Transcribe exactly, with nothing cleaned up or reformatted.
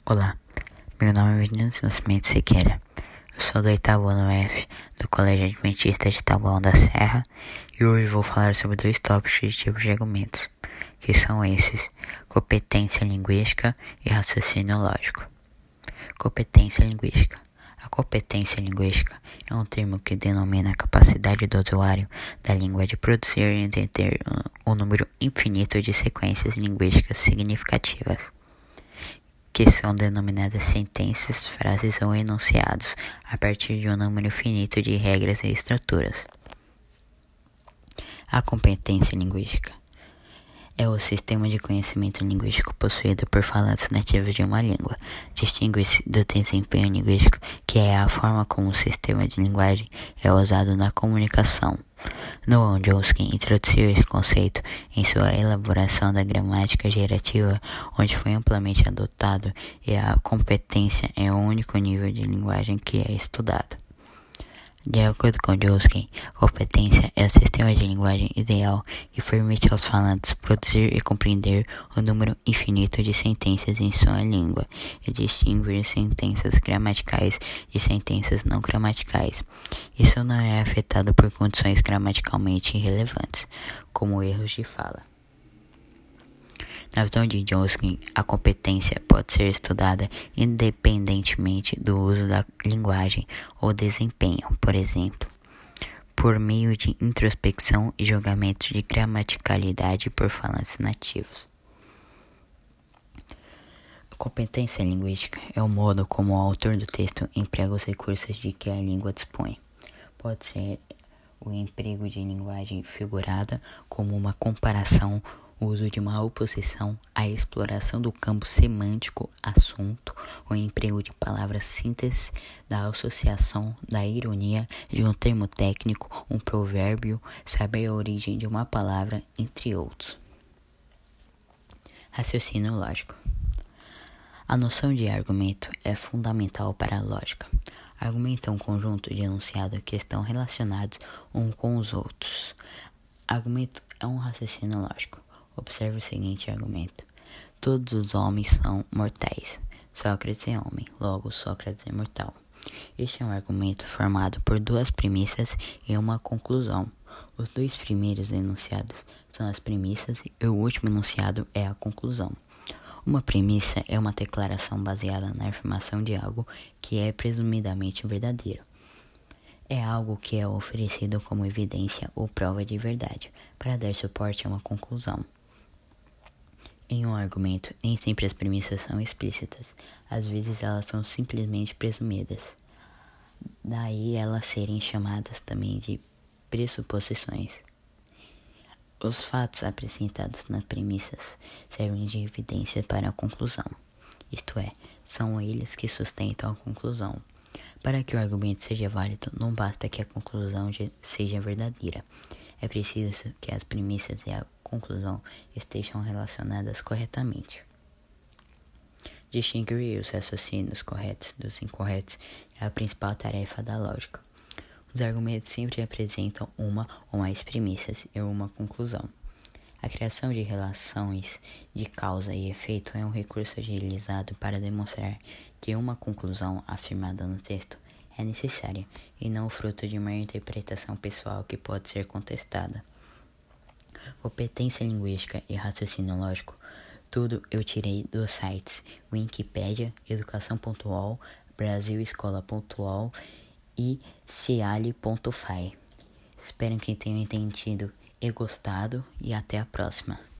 Olá, meu nome é Vinícius Nascimento Siqueira. Eu sou do oitavo ano F do Colégio Adventista de Taboão da Serra e hoje vou falar sobre dois tópicos de tipos de argumentos, que são esses: competência linguística e raciocínio lógico. Competência linguística. A competência linguística é um termo que denomina a capacidade do usuário da língua de produzir e entender um número infinito de sequências linguísticas significativas, que são denominadas sentenças, frases ou enunciados, a partir de um número finito de regras e estruturas. A competência linguística é o sistema de conhecimento linguístico possuído por falantes nativos de uma língua. Distingue-se do desempenho linguístico, que é a forma como o sistema de linguagem é usado na comunicação. Noam Chomsky introduziu esse conceito em sua elaboração da gramática gerativa, onde foi amplamente adotado, e a competência é o único nível de linguagem que é estudado. De acordo com Chomsky, competência é o sistema de linguagem ideal que permite aos falantes produzir e compreender um número infinito de sentenças em sua língua e distinguir sentenças gramaticais de sentenças não gramaticais. Isso não é afetado por condições gramaticalmente irrelevantes, como erros de fala. Na visão de Chomsky, a competência pode ser estudada independentemente do uso da linguagem ou desempenho, por exemplo, por meio de introspecção e julgamento de gramaticalidade por falantes nativos. A competência linguística é o modo como o autor do texto emprega os recursos de que a língua dispõe. Pode ser o emprego de linguagem figurada, como uma comparação, o uso de uma oposição, a exploração do campo semântico assunto, o emprego de palavras síntese, da associação, da ironia, de um termo técnico, um provérbio, saber a origem de uma palavra, entre outros. Raciocínio lógico. A noção de argumento é fundamental para a lógica. Argumento é um conjunto de enunciados que estão relacionados uns com os outros. Argumento é um raciocínio lógico. Observe o seguinte argumento: todos os homens são mortais. Sócrates é homem, logo Sócrates é mortal. Este é um argumento formado por duas premissas e uma conclusão. Os dois primeiros enunciados são as premissas e o último enunciado é a conclusão. Uma premissa é uma declaração baseada na afirmação de algo que é presumidamente verdadeiro. É algo que é oferecido como evidência ou prova de verdade, para dar suporte a uma conclusão. Em um argumento, nem sempre as premissas são explícitas, às vezes elas são simplesmente presumidas. Daí elas serem chamadas também de pressuposições. Os fatos apresentados nas premissas servem de evidência para a conclusão, isto é, são eles que sustentam a conclusão. Para que o argumento seja válido, não basta que a conclusão seja verdadeira. É preciso que as premissas e a conclusão estejam relacionadas corretamente. Distinguir os raciocínios corretos dos incorretos é a principal tarefa da lógica. Os argumentos sempre apresentam uma ou mais premissas e uma conclusão. A criação de relações de causa e efeito é um recurso utilizado para demonstrar que uma conclusão afirmada no texto é necessária e não fruto de uma interpretação pessoal que pode ser contestada. Competência linguística e raciocínio lógico, tudo eu tirei dos sites Wikipedia, educação ponto u o l, brasil escola ponto u o l e ceali ponto f a i. Espero que tenham entendido e gostado, e até a próxima.